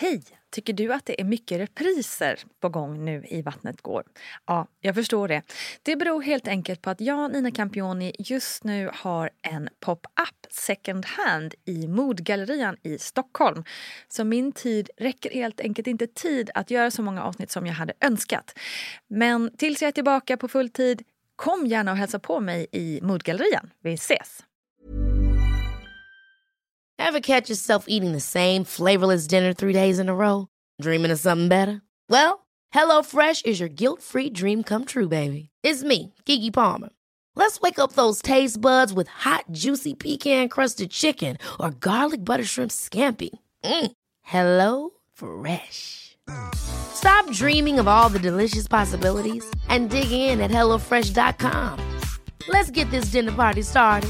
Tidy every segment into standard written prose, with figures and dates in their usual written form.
Hej! Tycker du att det är mycket repriser på gång nu i Vattnet går? Ja, jag förstår det. Det beror helt enkelt på att jag, Nina Campioni, just nu har en pop-up second hand i Modgallerian i Stockholm. Så min tid räcker helt enkelt inte tid att göra så många avsnitt som jag hade önskat. Men tills jag är tillbaka på full tid, kom gärna och hälsa på mig i Modgallerian. Vi ses! Ever catch yourself eating the same flavorless dinner 3 days in a row? Dreaming of something better? Well, HelloFresh is your guilt-free dream come true, baby. It's me, Keke Palmer. Let's wake up those taste buds with hot, juicy pecan-crusted chicken or garlic butter shrimp scampi. Hello Fresh. Stop dreaming of all the delicious possibilities and dig in at HelloFresh.com. Let's get this dinner party started.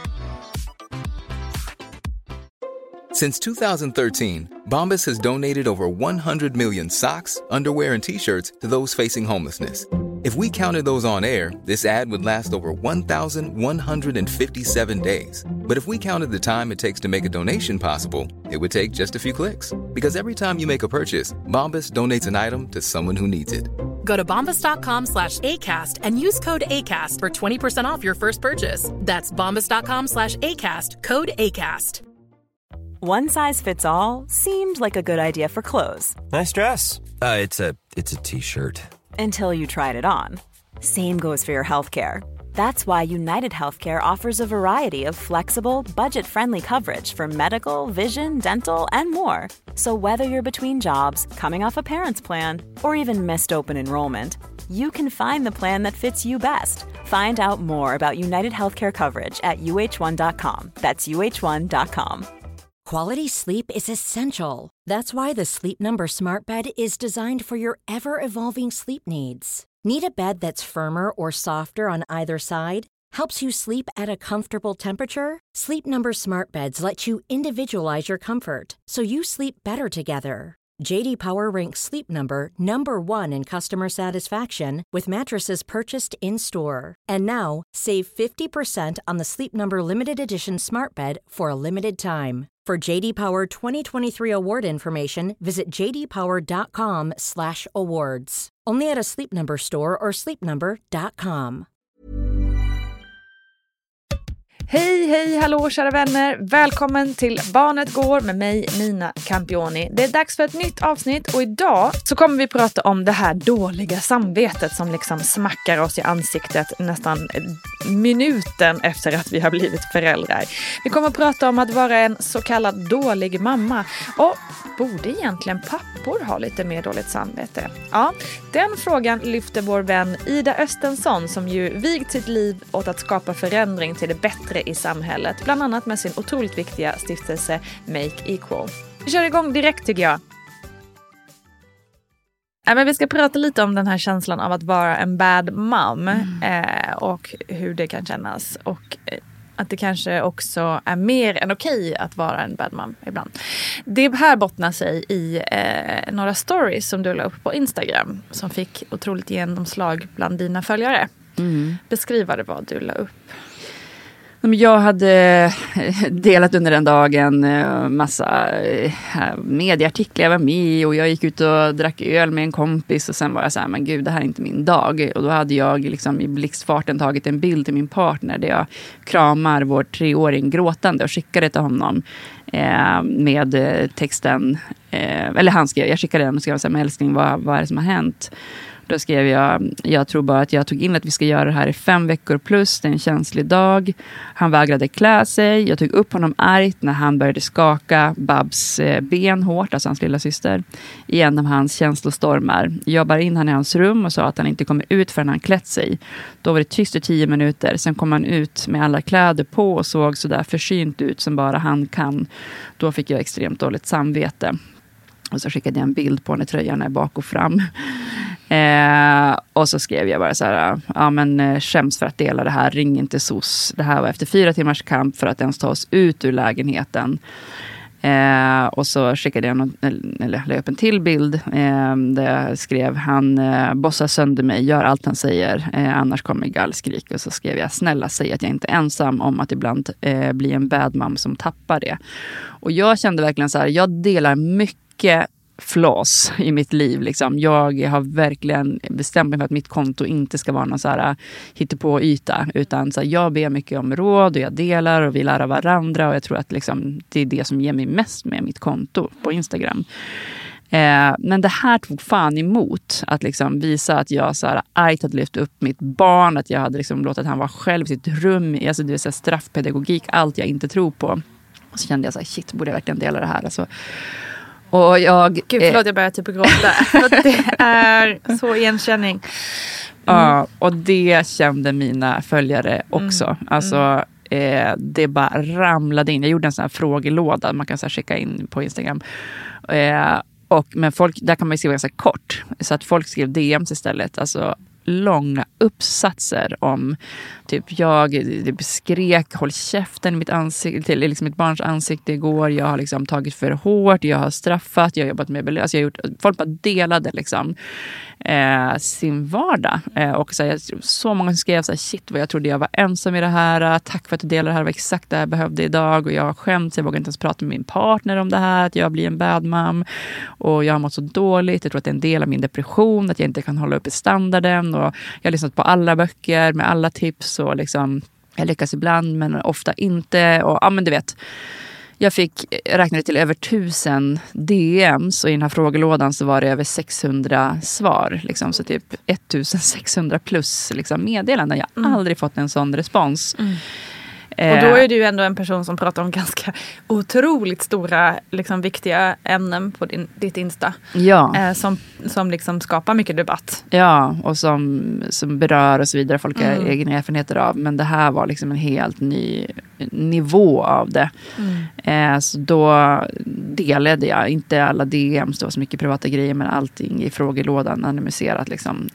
Since 2013, Bombas has donated over 100 million socks, underwear, and T-shirts to those facing homelessness. If we counted those on air, this ad would last over 1,157 days. But if we counted the time it takes to make a donation possible, it would take just a few clicks. Because every time you make a purchase, Bombas donates an item to someone who needs it. Go to bombas.com/ACAST and use code ACAST for 20% off your first purchase. That's bombas.com/ACAST, code ACAST. One size fits all seemed like a good idea for clothes. Nice dress. It's a t-shirt. Until you tried it on. Same goes for your healthcare. That's why United Healthcare offers a variety of flexible, budget-friendly coverage for medical, vision, dental, and more. So whether you're between jobs, coming off a parent's plan, or even missed open enrollment, you can find the plan that fits you best. Find out more about United Healthcare coverage at uh1.com. That's uh1.com. Quality sleep is essential. That's why the Sleep Number Smart Bed is designed for your ever-evolving sleep needs. Need a bed that's firmer or softer on either side? Helps you sleep at a comfortable temperature? Sleep Number Smart Beds let you individualize your comfort, so you sleep better together. JD Power ranks Sleep Number #1 in customer satisfaction with mattresses purchased in-store. And now, save 50% on the Sleep Number Limited Edition Smart Bed for a limited time. For JD Power 2023 award information, visit jdpower.com/awards. Only at a Sleep Number store or sleepnumber.com. Hej, hej, hallå kära vänner. Välkommen till Barnet går med mig, Nina Campioni. Det är dags för ett nytt avsnitt och idag så kommer vi prata om det här dåliga samvetet som liksom smackar oss i ansiktet nästan minuten efter att vi har blivit föräldrar. Vi kommer att prata om att vara en så kallad dålig mamma. Och borde egentligen pappor ha lite mer dåligt samvete? Ja, den frågan lyfter vår vän Ida Östensson som ju vigt sitt liv åt att skapa förändring till det bättre i samhället, bland annat med sin otroligt viktiga stiftelse Make Equal. Vi kör igång direkt tycker jag. Men vi ska prata lite om den här känslan av att vara en bad mom och hur det kan kännas och att det kanske också är mer än okej att vara en bad mom ibland. Det här bottnar sig i några stories som du la upp på Instagram som fick otroligt genomslag bland dina följare. Beskriv vad det var du la upp. Jag hade delat under den dagen massa medieartiklar jag var med och jag gick ut och drack öl med en kompis och sen var jag så här, men gud, det här är inte min dag. Och då hade jag liksom i blixtfarten tagit en bild till min partner där jag kramar vår 3-åring gråtande och skickade till honom med texten, eller han skrev, jag skickade den och skrev så här, med älskling, vad är det som har hänt? Då skrev jag tror bara att jag tog in att vi ska göra det här i 5 veckor plus. Det är en känslig dag. Han vägrade klä sig. Jag tog upp honom argt när han började skaka Babs ben hårt, alltså hans lilla syster, i en av hans känslostormar. Jag bar in han i hans rum och sa att han inte kommer ut förrän han klätt sig. Då var det tyst i 10 minuter. Sen kom han ut med alla kläder på och såg så där försynt ut som bara han kan. Då fick jag extremt dåligt samvete. Och så skickade jag en bild på när tröjan är bak och fram. Och så skrev jag bara så här, ja men skäms för att dela det här, ring inte SOS. Det här var efter 4 timmars kamp för att ens ta oss ut ur lägenheten. Och så skickade jag la upp en till bild där jag skrev, han bossar sönder mig, gör allt han säger, annars kommer gallskrik. Och så skrev jag, snälla säg att jag inte är ensam om att ibland bli en bad mom som tappar det. Och jag kände verkligen så här, jag delar mycket flaws i mitt liv. Liksom. Jag har verkligen bestämt mig för att mitt konto inte ska vara någon så här hittepå-yta. Utan så här, jag ber mycket om råd och jag delar och vi lär av varandra. Och jag tror att liksom, det är det som ger mig mest med mitt konto på Instagram. Men det här tog fan emot att liksom visa att jag så här argt hade lyft upp mitt barn, att jag hade liksom låtit han vara själv i sitt rum, alltså det vill säga straffpedagogik, allt jag inte tror på. Och så kände jag så här, shit, borde jag verkligen dela det här? Alltså. Och jag... Gud, förlåt, jag börjar typ gråta. För det är så igenkänning. Ja, och det kände mina följare också. Alltså... det bara ramlade in. Jag gjorde en sån här frågelåda man kan så här skicka in på Instagram. Men folk, där kan man ju skriva ganska kort. Så att folk skrev DMs istället. Alltså långa uppsatser om typ jag skrek håll käften i mitt ansikte till liksom mitt barns ansikte igår. Jag har liksom tagit för hårt, jag har straffat, jag har jobbat med alltså jag har gjort, folk bara delade liksom sin vardag och så många som skrev så här, shit vad jag trodde jag var ensam i det här, tack för att du delade det här, var exakt det jag behövde idag och jag har skämt, jag vågar inte ens prata med min partner om det här, att jag blir en bad mom och jag har mått så dåligt, jag tror att det är en del av min depression att jag inte kan hålla uppe standarden och jag har lyssnat på alla böcker med alla tips och liksom, jag lyckas ibland men ofta inte och ja men du vet. Jag fick räkna till över 1000 DMs och i den här frågelådan så var det över 600 svar. Liksom, så typ 1600 plus liksom, meddelanden. Jag har aldrig fått en sån respons. Och då är du ändå en person som pratar om ganska otroligt stora, liksom, viktiga ämnen på ditt Insta. Ja. Som liksom skapar mycket debatt. Ja, och som berör och så vidare. Folk har egna erfarenheter av. Men det här var liksom en helt ny nivå av det. Så då delade jag inte alla DMs. Det var så mycket privata grejer, men allting i frågelådan anonymiserat liksom.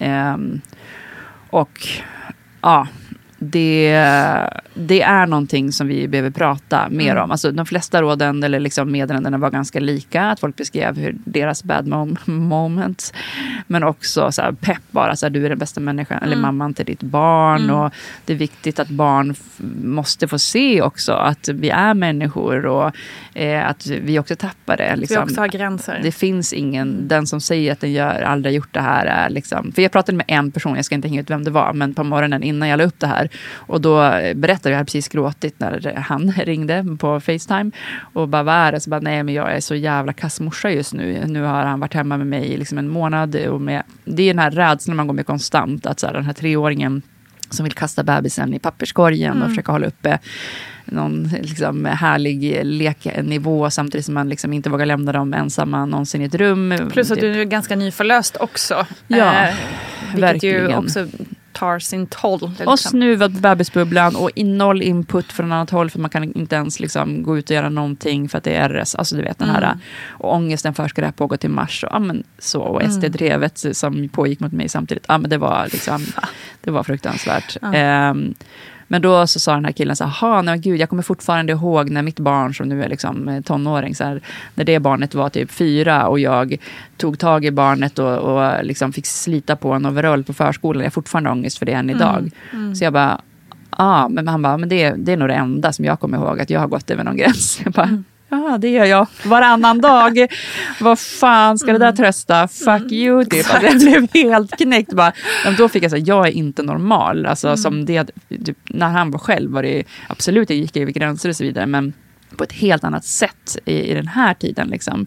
Och ja... Det är någonting som vi behöver prata mer om. Alltså, de flesta råden eller liksom meddelandena var ganska lika. Att folk beskrev hur deras bad moments. Men också så här, pepp bara. Så här, du är den bästa människan eller mamman till ditt barn. Och det är viktigt att barn måste få se också att vi är människor. Och att vi också tappar det. Liksom. Vi också har gränser. Det finns ingen. Den som säger att den aldrig gjort det här är liksom. För jag pratade med en person. Jag ska inte hänga ut vem det var. Men på morgonen innan jag la upp det här. Och då berättade jag precis gråtit när han ringde på FaceTime och bara vad är det? Så bara, nej men jag är så jävla kassmorsa just nu. Nu har han varit hemma med mig i liksom en månad och det är den här rädslan man går med konstant att så här, den här 3-åringen som vill kasta bebisen i papperskorgen och försöka hålla uppe någon liksom härlig leknivå samtidigt som man liksom inte vågar lämna dem ensamma någonsin i ett rum. Plus att du är ganska nyförlöst också. Ja, vilket verkligen. Ju också tar sin toll. Och snuvat bebisbubblan och noll input från annat håll för man kan inte ens liksom gå ut och göra någonting för att det är RS. Alltså du vet den här och ångesten för ska det här pågå till mars och, och SD-drevet som pågick mot mig samtidigt. Ja men det var liksom det var fruktansvärt. Men då så sa den här killen så här, nej gud, jag kommer fortfarande ihåg när mitt barn som nu är liksom tonåring så här, när det barnet var typ 4 och jag tog tag i barnet och liksom fick slita på en overall på förskolan. Jag har fortfarande ångest för det än idag. Så jag bara, men han bara, men det är nog det enda som jag kommer ihåg att jag har gått över någon gräns. Jag bara, ja, det gör jag varannan dag. Vad fan ska det där trösta? Fuck you, typ. Alltså, jag blev helt knäckt. Bara. Men då fick jag säga, jag är inte normal. Alltså, som det, typ, när han var själv var det absolut, det gick över gränser och så vidare. Men på ett helt annat sätt i den här tiden. Liksom.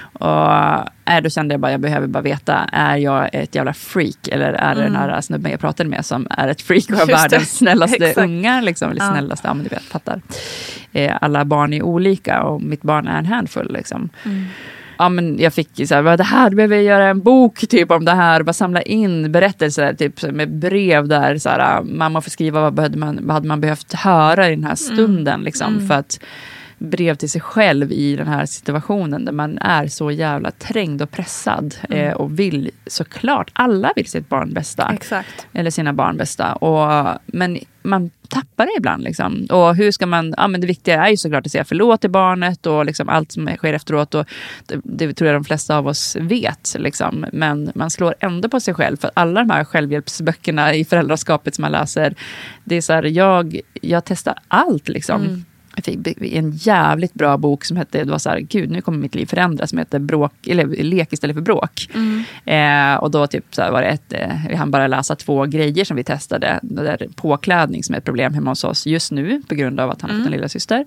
Och då kände jag bara, jag behöver bara veta, är jag ett jävla freak? Eller är det den här snubben jag pratade med som är ett freak och har världens snällaste ungar? Liksom, eller snällaste, ja men du vet, fattar. Alla barn är olika och mitt barn är en handfull. Liksom. Ja, men jag fick så här, det här behöver jag göra en bok typ om det här, bara samla in berättelser typ med brev där så här, mamma får skriva vad hade man behövt höra i den här stunden liksom, för att brev till sig själv i den här situationen där man är så jävla trängd och pressad och vill såklart, alla vill sitt barn bästa. Exakt. Eller sina barn bästa. Men man tappar det ibland liksom. Och hur ska man, men det viktiga är ju såklart att säga förlåt till barnet och liksom allt som sker efteråt och det tror jag de flesta av oss vet liksom. Men man slår ändå på sig själv för att alla de här självhjälpsböckerna i föräldraskapet som man läser, det är så här, jag testar allt liksom. Jag fick en jävligt bra bok som hette, det var så här, gud nu kommer mitt liv förändras, som heter Lek istället för bråk. Och då typ så här var det vi hann bara läsa 2 grejer som vi testade. Det där påklädning som är ett problem hemma hos oss just nu på grund av att han har fått en lilla syster.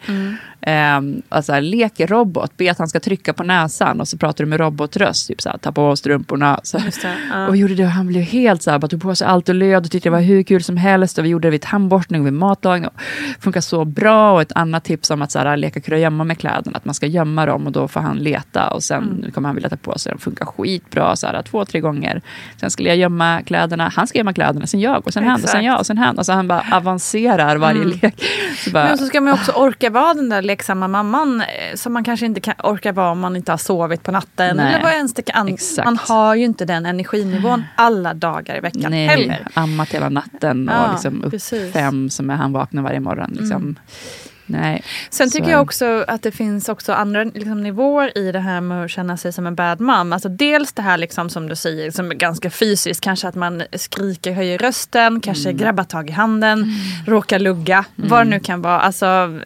Alltså lek robot, be att han ska trycka på näsan och så pratar du med robotröst, typ så här, ta på strumporna. Så. Och vi gjorde det och han blev helt så här, bara tog på sig allt och löd och tyckte det var hur kul som helst och vi gjorde det vid tandborstning och vid matlagning och funkar så bra. Och ett annat tips om att så här, leka kurragömma med kläderna, att man ska gömma dem och då får han leta och sen kommer han vilja ta på sig. De funkar skitbra så här 2-3 gånger. Sen skulle jag gömma kläderna, han ska gömma kläderna, sen jag och sen han och sen jag och sen han. Alltså han bara avancerar varje lek. Men så ska man också orka vara den där leksamma mamman som man kanske inte kan orka vara om man inte har sovit på natten. Nej. Eller vad ens det kan. Man har ju inte den energinivån alla dagar i veckan heller. Ammat hela natten och liksom upp 5 som är han vaknar varje morgon liksom. Nej. Sen tycker jag också att det finns också andra liksom, nivåer i det här med att känna sig som en bad mom. Alltså dels det här liksom, som du säger som är ganska fysiskt. Kanske att man skriker, höjer rösten. Kanske grabbar tag i handen. Råkar lugga. Vad det nu kan vara. Alltså,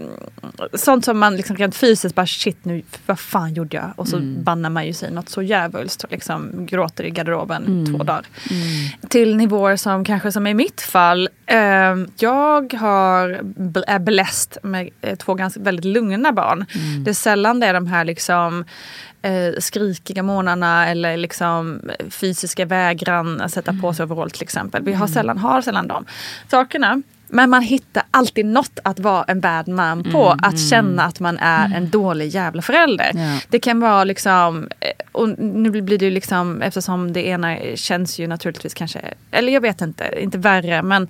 sånt som man liksom rent fysiskt bara shit nu, vad fan gjorde jag? Och så bannar man ju sig något så jävulst och liksom gråter i garderoben 2 dagar. Till nivåer som kanske som i mitt fall. Jag är bläst med 2 ganska väldigt lugna barn. Det är sällan det är de här liksom skrikiga månaderna eller liksom fysiska vägran att sätta på sig overall till exempel. Vi har sällan de sakerna. Men man hittar alltid något att vara en bad man på. Att känna att man är en dålig jävla förälder. Yeah. Det kan vara liksom, och nu blir det ju liksom, eftersom det ena känns ju naturligtvis kanske, eller jag vet inte värre, men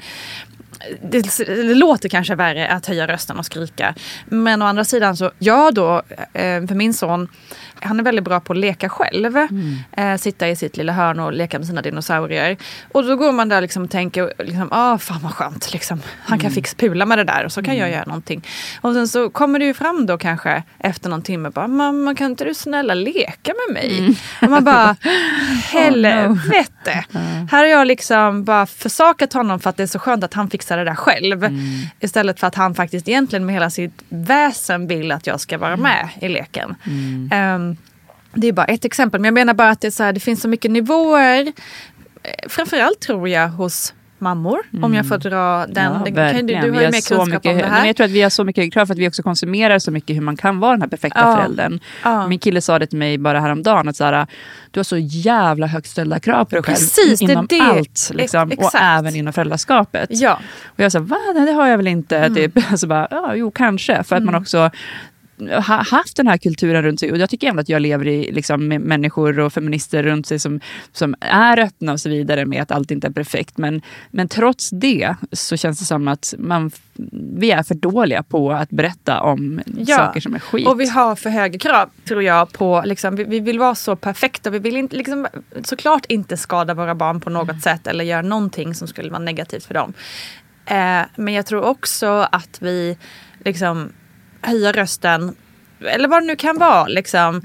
det låter kanske värre att höja rösten och skrika. Men å andra sidan så, jag då, för min son, han är väldigt bra på att leka själv. Sitta i sitt lilla hörn och leka med sina dinosaurier. Och då går man där liksom och tänker, liksom, fan vad skönt. Liksom. Han kan pula med det där och så kan jag göra någonting. Och sen så kommer det ju fram då kanske efter någon timme bara, mamma kan inte du snälla leka med mig? Och man bara, helvete. Här har jag liksom bara försakat honom för att det är så skönt att han fixar det där själv. Istället för att han faktiskt egentligen med hela sitt väsen vill att jag ska vara med i leken. Det är bara ett exempel. Men jag menar bara att det, är så här, det finns så mycket nivåer. Framförallt tror jag hos mammor. Om jag får dra den. Ja, du har ju mer kunskap om det här. Men jag tror att vi har så mycket krav för att vi också konsumerar så mycket hur man kan vara den här perfekta föräldern. Min kille sa det till mig bara häromdagen att så här, du har så jävla högt ställda krav på dig själv. Precis, inom allt. Liksom, och även inom föräldraskapet. Ja. Och jag sa, det har jag väl inte. Typ. Alltså bara, jo kanske. För att man också haft den här kulturen runt sig och jag tycker ändå att jag lever i liksom, med människor och feminister runt sig som är öppna och så vidare med att allt inte är perfekt men trots det så känns det som att vi är för dåliga på att berätta om saker som är skit. Och vi har för höga krav tror jag på liksom, vi vill vara så perfekta, vi vill inte, liksom, såklart inte skada våra barn på något sätt eller göra någonting som skulle vara negativt för dem. Men jag tror också att vi liksom höja rösten eller vad det nu kan vara liksom.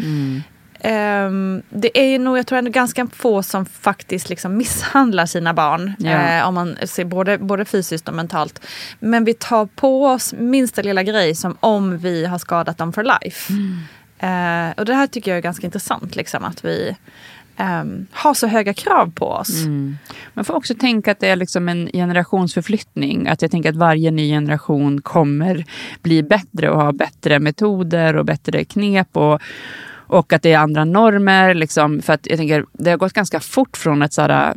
Det är ju nog, jag tror ändå ganska få som faktiskt liksom misshandlar sina barn om man ser både fysiskt och mentalt, men vi tar på oss minsta lilla grej som om vi har skadat dem for life. Och det här tycker jag är ganska intressant liksom, att vi har så höga krav på oss. Man får också tänka att det är liksom en generationsförflyttning. Att jag tänker att varje ny generation kommer bli bättre och ha bättre metoder och bättre knep och att det är andra normer liksom, för att jag tänker det har gått ganska fort från att såhär,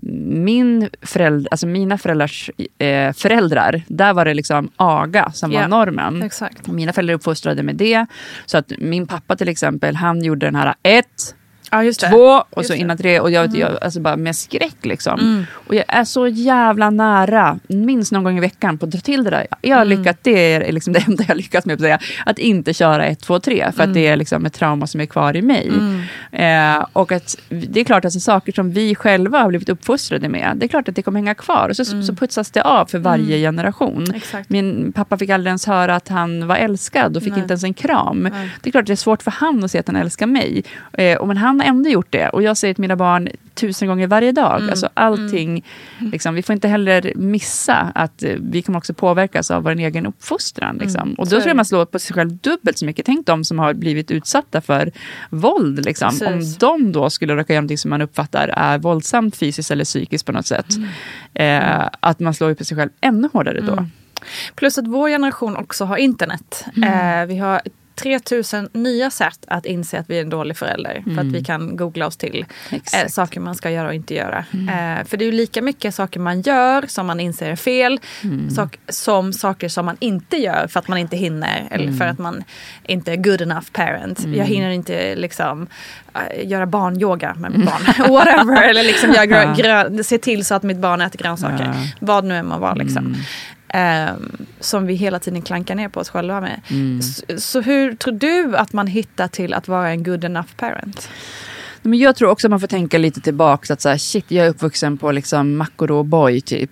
mina föräldrars föräldrar, där var det liksom aga som var normen. Exakt. Mina föräldrar uppfostrade med det, så att min pappa till exempel, han gjorde den här 1 2 och så innan 3 och jag alltså bara med skräck liksom. Och jag är så jävla nära minst någon gång i veckan på att dra till det där. Jag har lyckats, det är liksom det enda jag lyckas med att säga, att inte köra 1, 2, 3 för att det är liksom ett trauma som är kvar i mig. Och att det är klart att det är saker som vi själva har blivit uppfostrade med, det är klart att det kommer hänga kvar och så putsas det av för varje generation. Exakt. Min pappa fick aldrig ens höra att han var älskad och fick inte ens en kram. Det är klart att det är svårt för han att se att han älskar mig. Och men han han har ändå gjort det. Och jag säger till mina barn 1000 gånger varje dag. Alltså allting, liksom, vi får inte heller missa att vi kommer också påverkas av vår egen uppfostran. Liksom. Och då tror jag man slår på sig själv dubbelt så mycket. Tänk de som har blivit utsatta för våld. Liksom. Om de då skulle råka göra någonting som man uppfattar är våldsamt fysiskt eller psykiskt på något sätt. Att man slår på sig själv ännu hårdare då. Plus att vår generation också har internet. Vi har 3000 nya sätt att inse att vi är en dålig förälder. För att vi kan googla oss till saker man ska göra och inte göra. För det är ju lika mycket saker man gör som man inser är fel. Som saker som man inte gör för att man inte hinner. Eller för att man inte är good enough parent. Jag hinner inte liksom göra barnyoga med mitt barn. Whatever. Eller liksom se till så att mitt barn äter grönsaker. Vad nu är man var liksom. Som vi hela tiden klankar ner på oss själva med. Så hur tror du att man hittar till att vara en good enough parent? Men jag tror också att man får tänka lite tillbaka att så här, shit, jag är uppvuxen på liksom Mackoro Boy typ.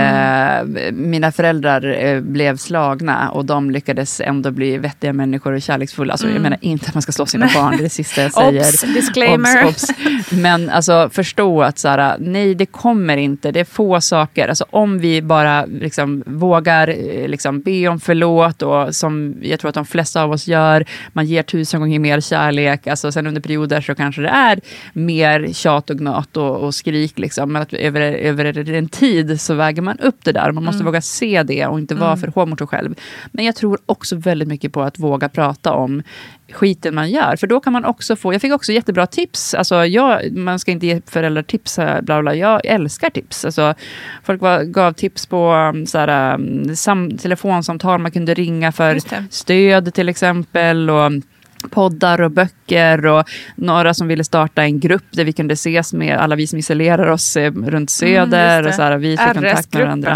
Mina föräldrar blev slagna och de lyckades ändå bli vettiga människor och kärleksfulla. Alltså, jag menar inte att man ska slå sina barn, det är det sista jag säger. Ops, disclaimer. Ops. Men alltså förstå att så här, nej, det kommer inte. Det är få saker. Alltså om vi bara liksom vågar liksom be om förlåt och som jag tror att de flesta av oss gör, man ger 1000 gånger mer kärlek. Alltså sen under perioder så kanske det är mer tjat och gnat och skrik liksom. Men att över en tid så väger man upp det där. Man måste våga se det och inte vara för hård mot sig själv. Men jag tror också väldigt mycket på att våga prata om skiten man gör. För då kan man också få, jag fick också jättebra tips. Alltså man ska inte ge föräldrar tips bla bla. Jag älskar tips. Alltså folk gav tips på telefonsamtal man kunde ringa för stöd till exempel och poddar och böcker och några som ville starta en grupp där vi kunde ses med alla vi som isolerar oss runt Söder och så här, vi fick kontakt med varandra.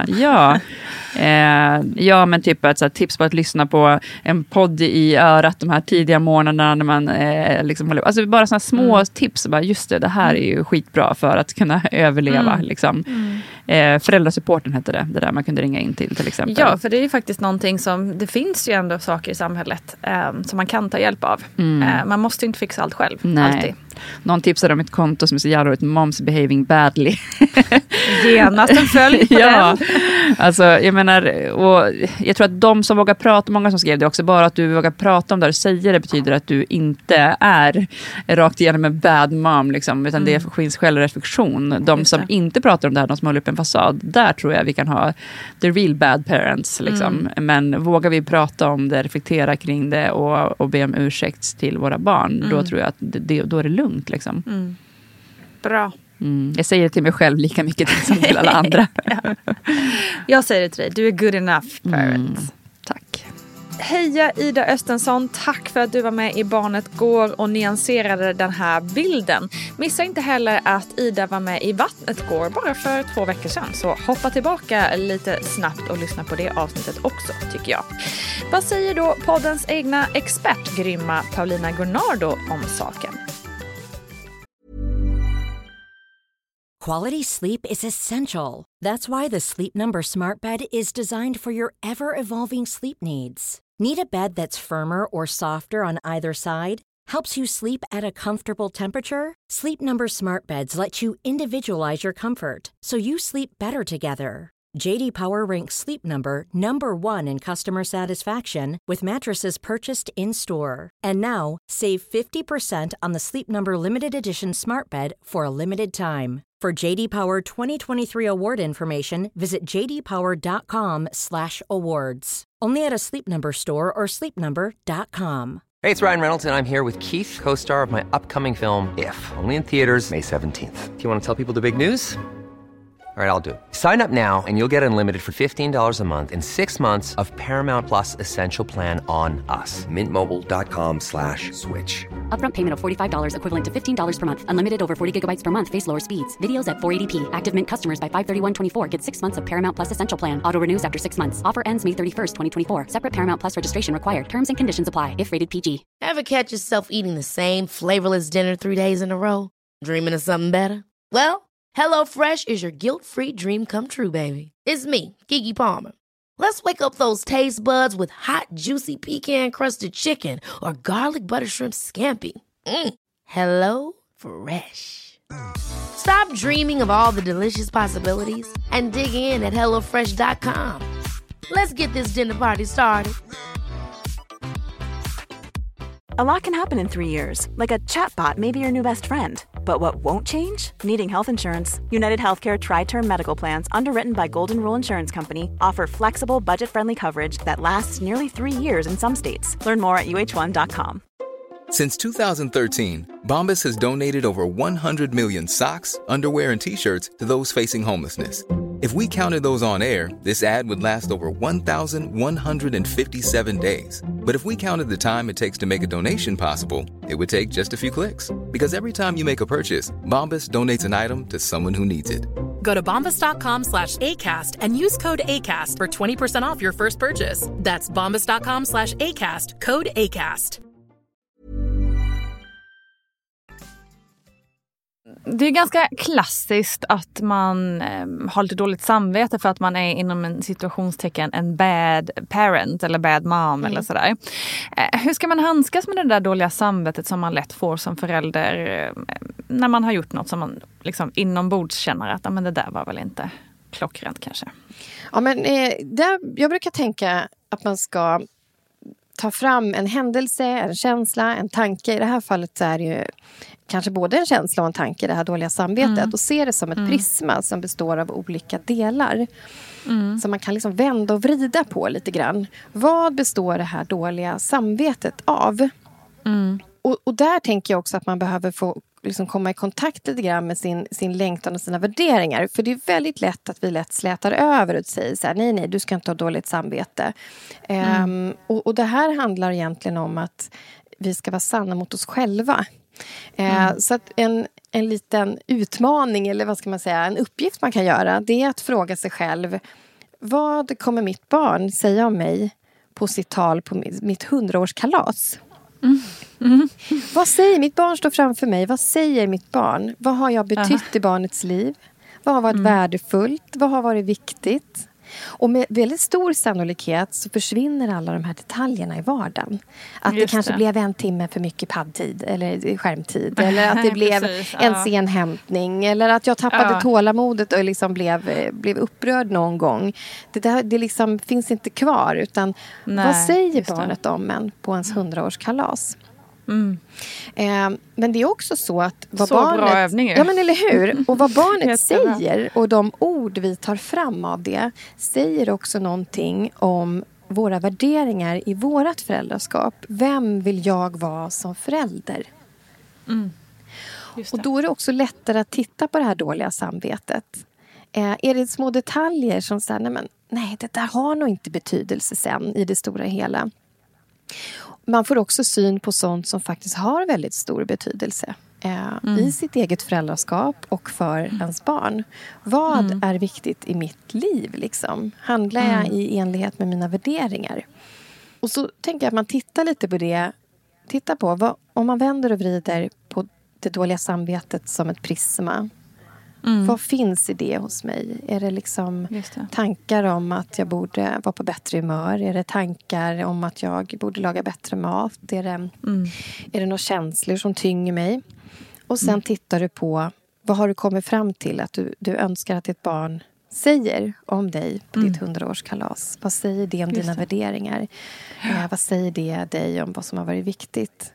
Ja, men typ ett så här, tips på att lyssna på en podd i örat de här tidiga morgnarna när man liksom håller, alltså bara såna små tips bara just det här är ju skitbra för att kunna överleva liksom. Föräldrasupporten hette det där man kunde ringa in till exempel. Ja, för det är ju faktiskt någonting som, det finns ju ändå saker i samhället som man kan ta hjälp av. Man måste inte fixa allt själv. Nej. Alltid. Någon tipsade om ett konto som är så jävla roligt, Moms Behaving Badly. Genast en följd på den. Alltså jag menar, och jag tror att de som vågar prata, många som skrev det också, bara att du vågar prata om det och säger det betyder att du inte är rakt igenom en bad mom liksom, utan det finns självreflektion. De som inte pratar om det här, de som håller upp en fasad, där tror jag vi kan ha the real bad parents liksom. Men vågar vi prata om det, reflektera kring det och be om ursäkt till våra barn, då tror jag att då är det lugnt liksom. Bra. Jag säger det till mig själv lika mycket som till alla andra. Jag säger det till dig, du är good enough parent. Tack. Heja Ida Östensson, tack för att du var med i Barnet går och nyanserade den här bilden. Missa inte heller att Ida var med i Vattnet går bara för 2 veckor sedan. Så hoppa tillbaka lite snabbt och lyssna på det avsnittet också, tycker jag. Vad säger då poddens egna expertgrymma Paulina Gunnardo om saken? Quality sleep is essential. That's why the Sleep Number Smart Bed is designed for your ever-evolving sleep needs. Need a bed that's firmer or softer on either side? Helps you sleep at a comfortable temperature? Sleep Number Smart Beds let you individualize your comfort, so you sleep better together. J.D. Power ranks Sleep Number #1 in customer satisfaction with mattresses purchased in-store. And now, save 50% on the Sleep Number Limited Edition Smart Bed for a limited time. For JD Power 2023 award information, visit jdpower.com/awards. Only at a Sleep Number store or sleepnumber.com. Hey, it's Ryan Reynolds, and I'm here with Keith, co-star of my upcoming film, If, only in theaters May 17th. Do you want to tell people the big news? All right, I'll do it. Sign up now and you'll get unlimited for $15 a month and 6 months of Paramount Plus Essential Plan on us. Mintmobile.com/switch. Upfront payment of $45 equivalent to $15 per month. Unlimited over 40 gigabytes per month. Face lower speeds. Videos at 480p. Active Mint customers by 531.24 get 6 months of Paramount Plus Essential Plan. Auto renews after 6 months. Offer ends May 31st, 2024. Separate Paramount Plus registration required. Terms and conditions apply if rated PG. Ever catch yourself eating the same flavorless dinner 3 days in a row? Dreaming of something better? Well, HelloFresh is your guilt-free dream come true, baby. It's me, Keke Palmer. Let's wake up those taste buds with hot, juicy pecan-crusted chicken or garlic butter shrimp scampi. Hello Fresh. Stop dreaming of all the delicious possibilities and dig in at HelloFresh.com. Let's get this dinner party started. A lot can happen in 3 years, like a chatbot may be your new best friend. But what won't change? Needing health insurance. United Healthcare Tri-Term Medical Plans, underwritten by Golden Rule Insurance Company, offer flexible, budget-friendly coverage that lasts nearly 3 years in some states. Learn more at uh1.com. Since 2013, Bombas has donated over 100 million socks, underwear, and T-shirts to those facing homelessness. If we counted those on air, this ad would last over 1,157 days. But if we counted the time it takes to make a donation possible, it would take just a few clicks. Because every time you make a purchase, Bombas donates an item to someone who needs it. Go to bombas.com/ACAST and use code ACAST for 20% off your first purchase. That's bombas.com/ACAST, code ACAST. Det är ganska klassiskt att man har lite dåligt samvete för att man är inom en situationstecken en bad parent eller bad mom eller sådär. Hur ska man handskas med det där dåliga samvetet som man lätt får som förälder när man har gjort något som man liksom inombords känner att men det där var väl inte klockrent kanske? Ja, men jag brukar tänka att man ska ta fram en händelse, en känsla, en tanke. I det här fallet så är det ju kanske både en känsla och en tanke, det här dåliga samvetet. Och se det som ett prisma som består av olika delar. Så man kan liksom vända och vrida på lite grann. Vad består det här dåliga samvetet av? Och där tänker jag också att man behöver få liksom komma i kontakt lite grann med sin längtan och sina värderingar. För det är väldigt lätt att vi lätt slätar över och säger så här, nej, du ska inte ha dåligt samvete. Och det här handlar egentligen om att vi ska vara sanna mot oss själva. Så att en liten utmaning, eller vad ska man säga, en uppgift man kan göra, det är att fråga sig själv, vad kommer mitt barn säga om mig på sitt tal på mitt 100-årskalas? Vad säger mitt barn står framför mig? Vad säger mitt barn? Vad har jag betytt i barnets liv? Vad har varit värdefullt? Vad har varit viktigt? Och med väldigt stor sannolikhet så försvinner alla de här detaljerna i vardagen. Att det kanske blev en timme för mycket paddtid eller skärmtid. Eller att det blev en sen hämtning. Eller att jag tappade tålamodet och liksom blev upprörd någon gång. Det liksom finns inte kvar. Utan vad säger barnet om en på ens 100-årskalas? Men det är också så att vad barnet, bra övning. Ja, men eller hur? Och vad barnet säger och de ord vi tar fram av det säger också någonting om våra värderingar i vårat föräldraskap. Vem vill jag vara som förälder? Och då är det också lättare att titta på det här dåliga samvetet. Är det små detaljer som säger nej, det där har nog inte betydelse sen i det stora hela. Man får också syn på sånt som faktiskt har väldigt stor betydelse i sitt eget föräldraskap och för ens barn. Vad är viktigt i mitt liv? Liksom? Handlar jag i enlighet med mina värderingar? Och så tänker jag att man tittar lite på det. Titta på, om man vänder och vrider på det dåliga samvetet som ett prisma. Vad finns i det hos mig? Är det liksom tankar om att jag borde vara på bättre humör? Är det tankar om att jag borde laga bättre mat? Är det några känslor som tynger mig? Och sen tittar du på, vad har du kommit fram till att du önskar att ditt barn säger om dig på ditt 100-årskalas? Vad säger det om dina värderingar? Vad säger det dig om vad som har varit viktigt?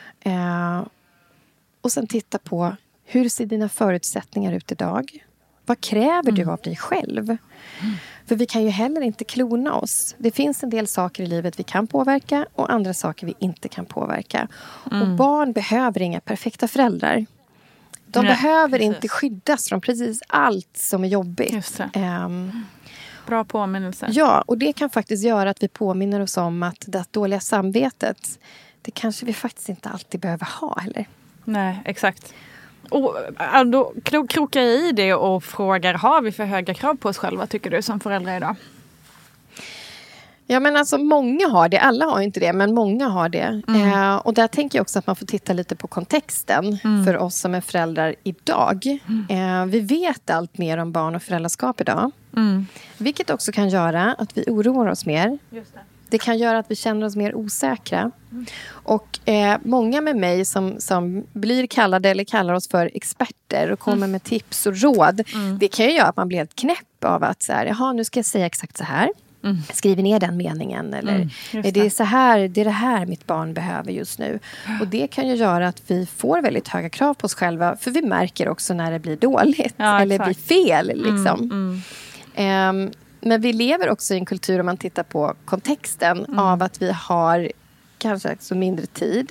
Och sen titta på, hur ser dina förutsättningar ut idag? Vad kräver du av dig själv? För vi kan ju heller inte klona oss. Det finns en del saker i livet vi kan påverka och andra saker vi inte kan påverka. Och barn behöver inga perfekta föräldrar. De behöver inte skyddas från precis allt som är jobbigt. Just det. Bra påminnelse. Ja, och det kan faktiskt göra att vi påminner oss om att det dåliga samvetet, det kanske vi faktiskt inte alltid behöver ha heller. Nej, exakt. Och då krokar jag i det och frågar, har vi för höga krav på oss själva, tycker du, som föräldrar idag? Ja, men alltså många har det. Alla har inte det, men många har det. Och där tänker jag också att man får titta lite på kontexten för oss som är föräldrar idag. Vi vet allt mer om barn och föräldraskap idag. Vilket också kan göra att vi oroar oss mer. Just det. Det kan göra att vi känner oss mer osäkra. Och många med mig som blir kallade eller kallar oss för experter och kommer med tips och råd. Det kan ju göra att man blir helt knäpp av att så här, jaha, nu ska jag säga exakt så här. Skriver ner den meningen. Eller är det så här, det är det här mitt barn behöver just nu. Och det kan ju göra att vi får väldigt höga krav på oss själva. För vi märker också när det blir dåligt. Eller blir fel liksom. Men vi lever också i en kultur, om man tittar på kontexten, av att vi har kanske så mindre tid.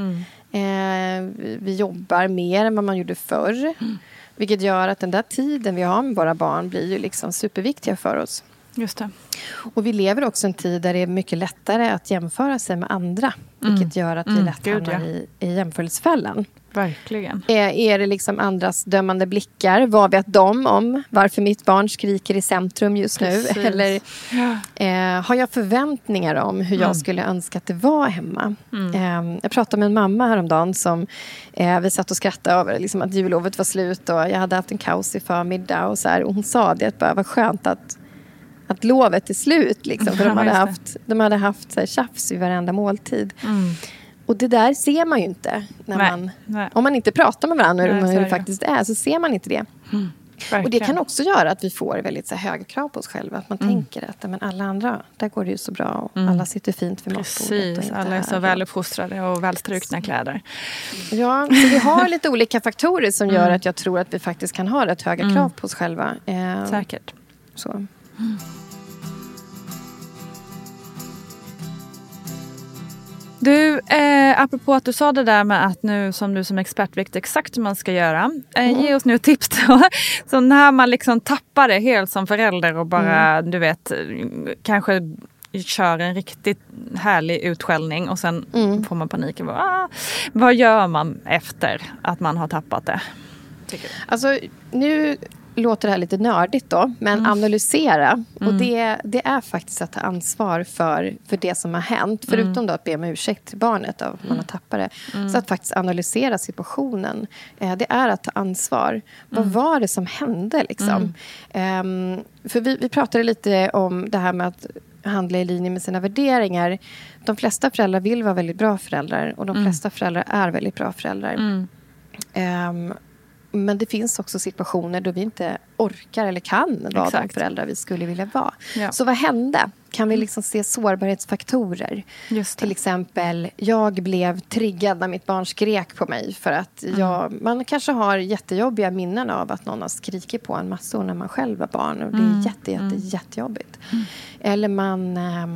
Vi jobbar mer än vad man gjorde förr. Vilket gör att den där tiden vi har med våra barn blir ju liksom superviktiga för oss. Just det. Och vi lever också en tid där det är mycket lättare att jämföra sig med andra. Vilket gör att vi lätt hamnar i jämförelsefällan. Verkligen. Är det liksom andras dömande blickar? Vad vet de om varför mitt barn skriker i centrum just nu? Eller har jag förväntningar om hur jag skulle önska att det var hemma? Jag pratade med en mamma häromdagen som vi satt och skrattade över liksom att jullovet var slut och jag hade haft en kaos i förmiddag och så här. Och hon sa det att det var skönt att lovet är slut liksom, för de hade haft så här, tjafs i varenda måltid. Och det där ser man ju inte när om man inte pratar med varandra hur det faktiskt är, så ser man inte det. Och det kan också göra att vi får väldigt så här, höga krav på oss själva. Att man tänker att men alla andra, där går det ju så bra och alla sitter fint vid matbordet. Precis, alla är så väluppfostrade och välstrukna kläder. Ja, så vi har lite olika faktorer som gör att jag tror att vi faktiskt kan ha rätt höga krav på oss själva. Säkert. Så. Du, apropå att du sa det där med att nu som du som expert vet exakt hur man ska göra. Ge oss nu ett tips då. Så när man liksom tappar det helt som förälder och bara, du vet, kanske kör en riktigt härlig utskällning och sen får man panik. Vad gör man efter att man har tappat det? Alltså, nu låter det här lite nördigt då, men analysera. Och det är faktiskt att ta ansvar för det som har hänt. Förutom då att be om ursäkt till barnet av att man har tappat det. Så att faktiskt analysera situationen. Det är att ta ansvar. Vad var det som hände liksom? För vi pratade lite om det här med att handla i linje med sina värderingar. De flesta föräldrar vill vara väldigt bra föräldrar. Och de flesta föräldrar är väldigt bra föräldrar. Men det finns också situationer då vi inte orkar eller kan vara de föräldrar vi skulle vilja vara. Ja. Så vad hände? Kan vi liksom se sårbarhetsfaktorer? Till exempel, jag blev triggad när mitt barn skrek på mig. För att man kanske har jättejobbiga minnen av att någon har skrikit på en massor när man själv var barn. Och det är jättejobbigt. Eller man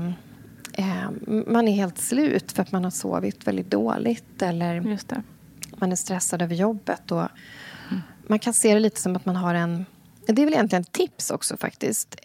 är helt slut för att man har sovit väldigt dåligt. Eller man är stressad över jobbet och man kan se det lite som att man har det är väl egentligen ett tips också faktiskt.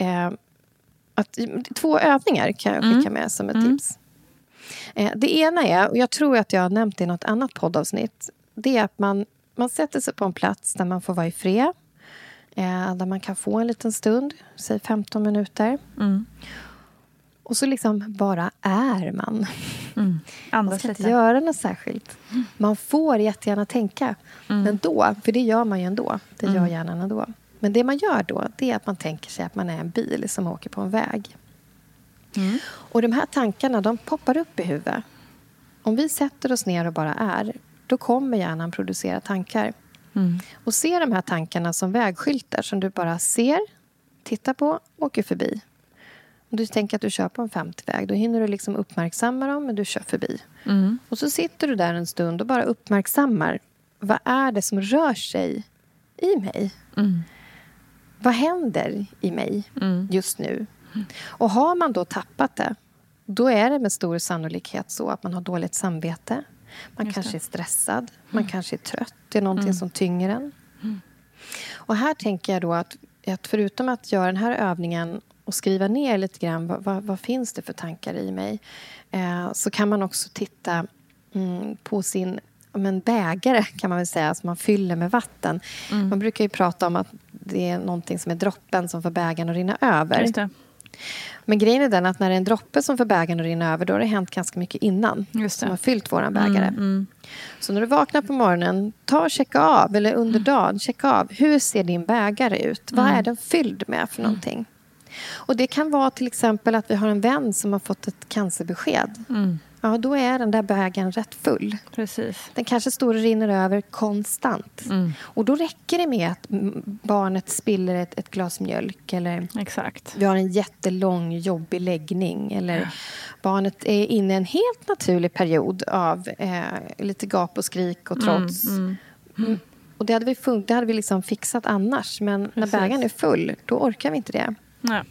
2 övningar kan jag skicka med som ett tips. Det ena är, och jag tror att jag har nämnt det i något annat poddavsnitt. Det är att man sätter sig på en plats där man får vara i fred. Där man kan få en liten stund, säg 15 minuter. Och så liksom bara är man. Man ska inte göra något särskilt. Man får jättegärna tänka. Men då, för det gör man ju ändå. Det gör hjärnan ändå. Men det man gör då, det är att man tänker sig att man är en bil som åker på en väg. Och de här tankarna, de poppar upp i huvudet. Om vi sätter oss ner och bara är, då kommer hjärnan producera tankar. Och se de här tankarna som vägskyltar som du bara ser, tittar på, åker förbi. Om du tänker att du kör på en 50-väg, då hinner du liksom uppmärksamma dem, men du kör förbi. Och så sitter du där en stund och bara uppmärksammar. Vad är det som rör sig i mig? Vad händer i mig just nu? Och har man då tappat det, då är det med stor sannolikhet så att man har dåligt samvete. Man kanske är stressad, man kanske är trött. Det är någonting som tynger en. Och här tänker jag då att förutom att göra den här övningen och skriva ner lite grann vad finns det för tankar i mig, så kan man också titta på sin bägare, kan man väl säga, som man fyller med vatten. Man brukar ju prata om att det är någonting som är droppen som får bägaren att rinna över. Just det. Men grejen är den att när det är en droppe som får bägaren att rinna över, då har det hänt ganska mycket innan som har fyllt våran bägare. Så när du vaknar på morgonen, checka av, eller under dagen, checka av, hur ser din bägare ut? Vad är den fylld med för någonting? Och det kan vara till exempel att vi har en vän som har fått ett cancerbesked. Ja, då är den där bägaren rätt full. Precis. Den kanske står och rinner över konstant. Och då räcker det med att barnet spiller ett glas mjölk. Eller Exakt. vi har en jättelång jobbig läggning. Eller barnet är inne i en helt naturlig period av lite gap och skrik och trots. Och det hade vi liksom fixat annars. Men när bägaren är full, då orkar vi inte det. Nej.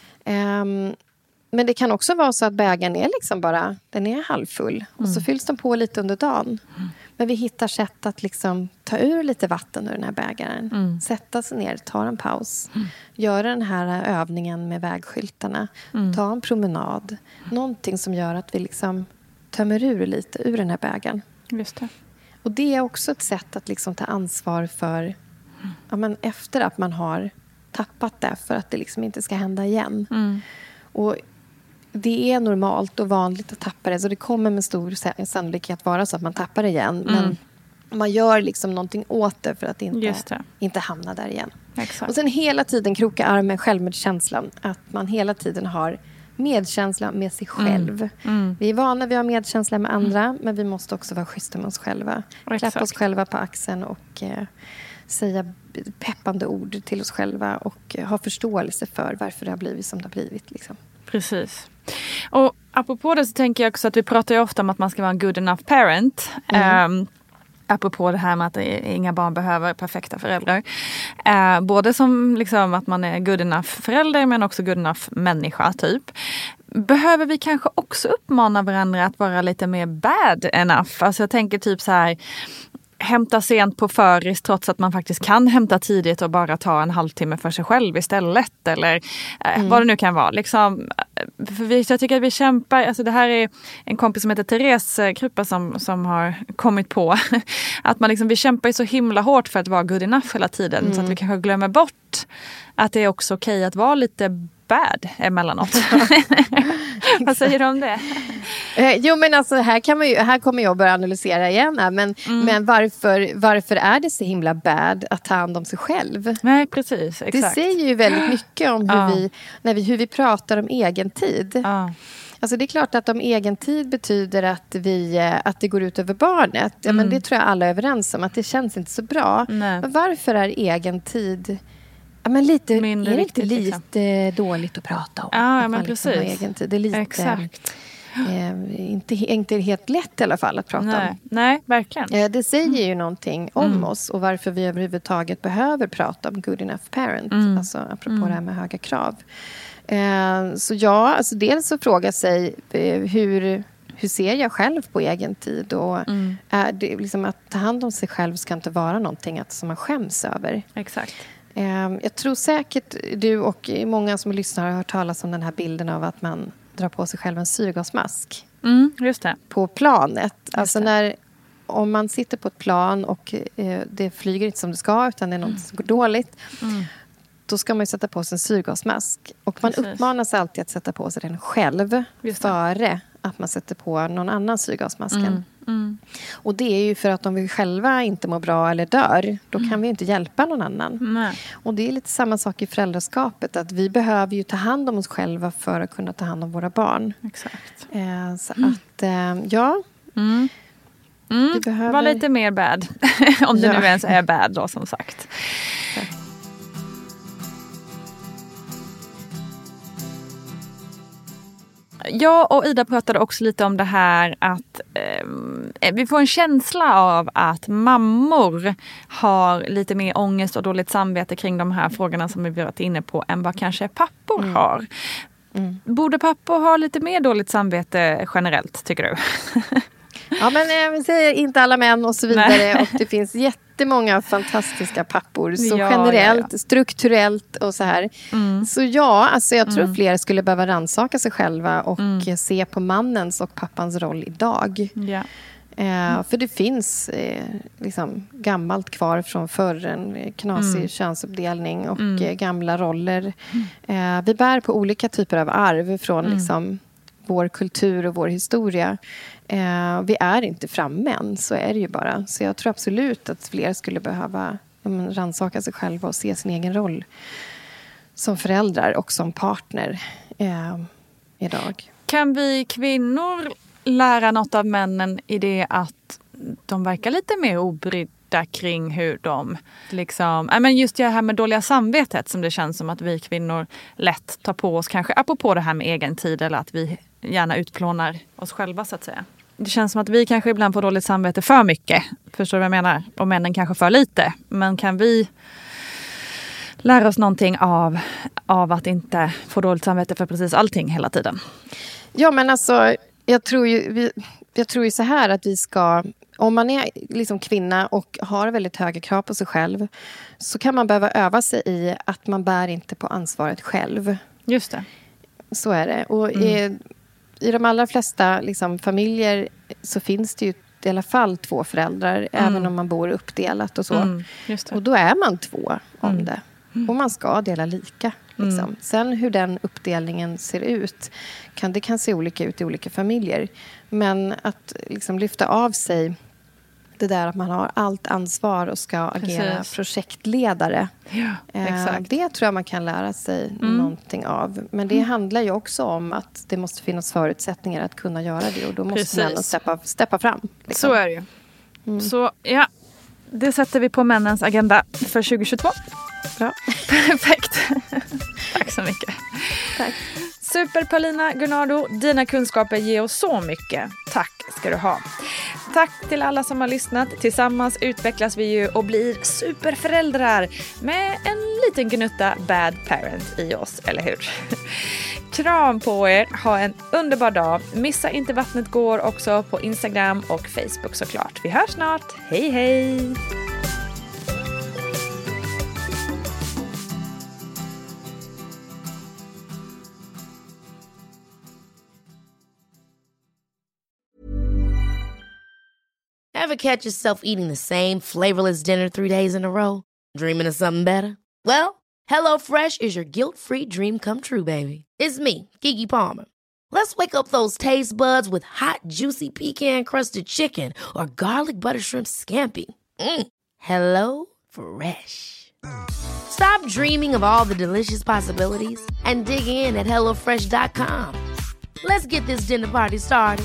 Men det kan också vara så att bägaren är liksom bara, den är halvfull. Och så fylls den på lite under dagen. Men vi hittar sätt att liksom ta ur lite vatten ur den här bägaren. Sätta sig ner, ta en paus. Göra den här övningen med vägskyltarna. Ta en promenad. Någonting som gör att vi liksom tömmer ur lite ur den här bägaren. Just det. Och det är också ett sätt att liksom ta ansvar för, ja, men efter att man har tappat det, för att det liksom inte ska hända igen. Och det är normalt och vanligt att tappa det, så det kommer med stor sannolikhet vara så att man tappar det igen. Men man gör liksom någonting åt det för att inte hamna där igen. Exakt. Och sen hela tiden kroka arm med självmedkänslan. Att man hela tiden har medkänsla med sig själv. Vi är vana vid att ha medkänsla med andra, men vi måste också vara schyssta med oss själva. Klappa oss själva på axeln och säga peppande ord till oss själva och ha förståelse för varför det har blivit som det har blivit. Liksom. Precis. Och apropå det så tänker jag också att vi pratar ju ofta om att man ska vara en good enough parent. Apropå det här med att inga barn behöver perfekta föräldrar. Både som liksom att man är good enough förälder, men också good enough människa typ. Behöver vi kanske också uppmana varandra att vara lite mer bad enough? Alltså jag tänker typ så här, hämta sent på föris trots att man faktiskt kan hämta tidigt och bara ta en halvtimme för sig själv istället. Eller vad det nu kan vara. Liksom, för jag tycker att vi kämpar, alltså det här är en kompis som heter Therese Kruppa som har kommit på att man liksom, vi kämpar ju så himla hårt för att vara good enough hela tiden så att vi kanske glömmer bort att det är också okej att vara lite bad emellanåt. Vad säger du om det? Jo, men alltså här kommer jag börja analysera igen. Men varför är det så himla bad att ta hand om sig själv? Nej, precis. Exakt. Det säger ju väldigt mycket om hur vi pratar om egen tid. Alltså det är klart att om egen tid betyder att det går ut över barnet. Ja, men det tror jag alla är överens om. Att det känns inte så bra. Nej. Men varför är egen tid... Ja, men lite, mindre är det inte viktigt, lite dåligt att prata om? Ja, men precis. Liksom egen tid. Det är lite... Exakt. Inte helt lätt i alla fall att prata om. Nej, verkligen. Det säger ju någonting om oss och varför vi överhuvudtaget behöver prata om good enough parent. Alltså apropå det här med höga krav. Så ja, alltså dels så fråga sig hur ser jag själv på egen tid? Och är det liksom att ta hand om sig själv ska inte vara någonting som man skäms över. Exakt. Jag tror säkert du och många som lyssnar har hört talas om den här bilden av att man drar på sig själv en syrgasmask. Just det. På planet. Alltså om man sitter på ett plan och det flyger inte som det ska utan det är något som går dåligt. Då ska man ju sätta på sig en syrgasmask. Och man uppmanas alltid att sätta på sig den själv före att man sätter på någon annan syrgasmasken. Och det är ju för att om vi själva inte mår bra eller dör, då kan vi inte hjälpa någon annan. Nej. Och det är lite samma sak i föräldraskapet, att vi behöver ju ta hand om oss själva för att kunna ta hand om våra barn. Exakt. Så att, vi behöver... Var lite mer bad. Om det nu ens är bad då, som sagt. Jag och Ida pratade också lite om det här att vi får en känsla av att mammor har lite mer ångest och dåligt samvete kring de här frågorna som vi varit inne på än vad kanske pappor har. Borde pappor ha lite mer dåligt samvete generellt, tycker du? Ja, men jag vill säga inte alla män och så vidare. Nej. Och det finns jättemånga fantastiska pappor. Så generellt, strukturellt och så här. Så alltså jag tror fler skulle behöva rannsaka sig själva och se på mannens och pappans roll idag. Ja. För det finns liksom gammalt kvar från förr, en knasig könsuppdelning och gamla roller. Vi bär på olika typer av arv från liksom vår kultur och vår historia. Vi är inte framme än, så är det ju bara. Så jag tror absolut att fler skulle behöva rannsaka sig själva och se sin egen roll. som föräldrar och som partner idag. Kan vi kvinnor lära något av männen i det att de verkar lite mer obrydda kring hur de liksom, men just det här med dåliga samvetet som det känns som att vi kvinnor lätt tar på oss, kanske apropå det här med egen tid, eller att vi gärna utplånar oss själva så att säga. Det känns som att vi kanske ibland får dåligt samvete för mycket, förstår du vad jag menar? Och männen kanske för lite, men kan vi lära oss någonting av att inte få dåligt samvete för precis allting hela tiden? Ja, men alltså jag tror ju så här att vi ska, om man är liksom kvinna och har väldigt höga krav på sig själv, så kan man behöva öva sig i att man bär inte på ansvaret själv. Just det. Så är det. Och i de allra flesta liksom, familjer så finns det ju i alla fall 2 föräldrar, även om man bor uppdelat och så. Just det. Och då är man 2 om det. Och man ska dela lika. Liksom. Sen hur den uppdelningen ser ut, det kan se olika ut i olika familjer. Men att liksom lyfta av sig det där att man har allt ansvar och ska agera projektledare. Ja, exakt. Det tror jag man kan lära sig någonting av. Men det handlar ju också om att det måste finnas förutsättningar att kunna göra det. Och då måste man steppa fram. Liksom. Så är det ju. Så ja, det sätter vi på männens agenda för 2022. Bra. Perfekt. Tack så mycket. Tack. Super Paulina Gunnardo, dina kunskaper ger oss så mycket. Tack ska du ha. Tack till alla som har lyssnat. Tillsammans utvecklas vi ju och blir superföräldrar med en liten gnutta bad parent i oss, eller hur? Kram på er, ha en underbar dag. Missa inte Vattnet går också på Instagram och Facebook såklart. Vi hörs snart. Hej hej! Ever catch yourself eating the same flavorless dinner 3 days in a row? Dreaming of something better? Well, HelloFresh is your guilt-free dream come true, baby. It's me, Keke Palmer. Let's wake up those taste buds with hot, juicy pecan-crusted chicken or garlic butter shrimp scampi. Hello Fresh. Stop dreaming of all the delicious possibilities and dig in at HelloFresh.com. Let's get this dinner party started.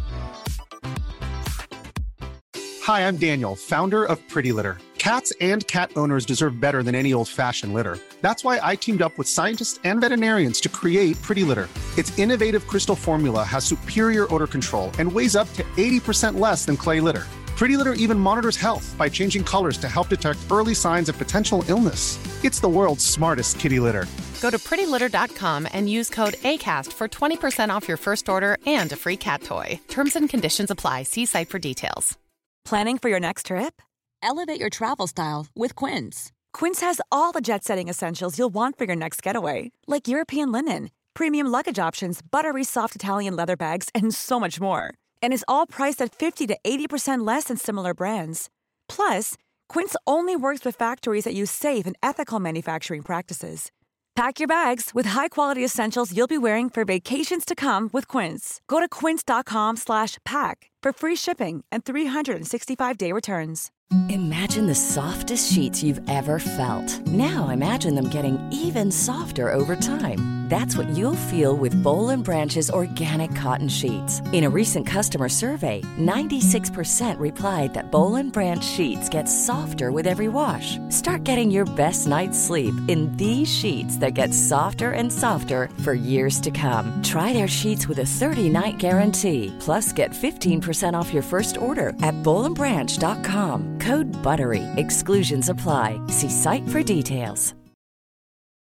Hi, I'm Daniel, founder of Pretty Litter. Cats and cat owners deserve better than any old-fashioned litter. That's why I teamed up with scientists and veterinarians to create Pretty Litter. Its innovative crystal formula has superior odor control and weighs up to 80% less than clay litter. Pretty Litter even monitors health by changing colors to help detect early signs of potential illness. It's the world's smartest kitty litter. Go to prettylitter.com and use code ACAST for 20% off your first order and a free cat toy. Terms and conditions apply. See site for details. Planning for your next trip? Elevate your travel style with Quince. Quince has all the jet-setting essentials you'll want for your next getaway, like European linen, premium luggage options, buttery soft Italian leather bags, and so much more. And is all priced at 50 to 80% less than similar brands. Plus, Quince only works with factories that use safe and ethical manufacturing practices. Pack your bags with high-quality essentials you'll be wearing for vacations to come with Quince. Go to quince.com/pack for free shipping and 365-day returns. Imagine the softest sheets you've ever felt. Now imagine them getting even softer over time. That's what you'll feel with Boll & Branch's organic cotton sheets. In a recent customer survey, 96% replied that Boll & Branch sheets get softer with every wash. Start getting your best night's sleep in these sheets that get softer and softer for years to come. Try their sheets with a 30-night guarantee. Plus, get 15% off your first order at bollandbranch.com. Code BUTTERY. Exclusions apply. See site for details.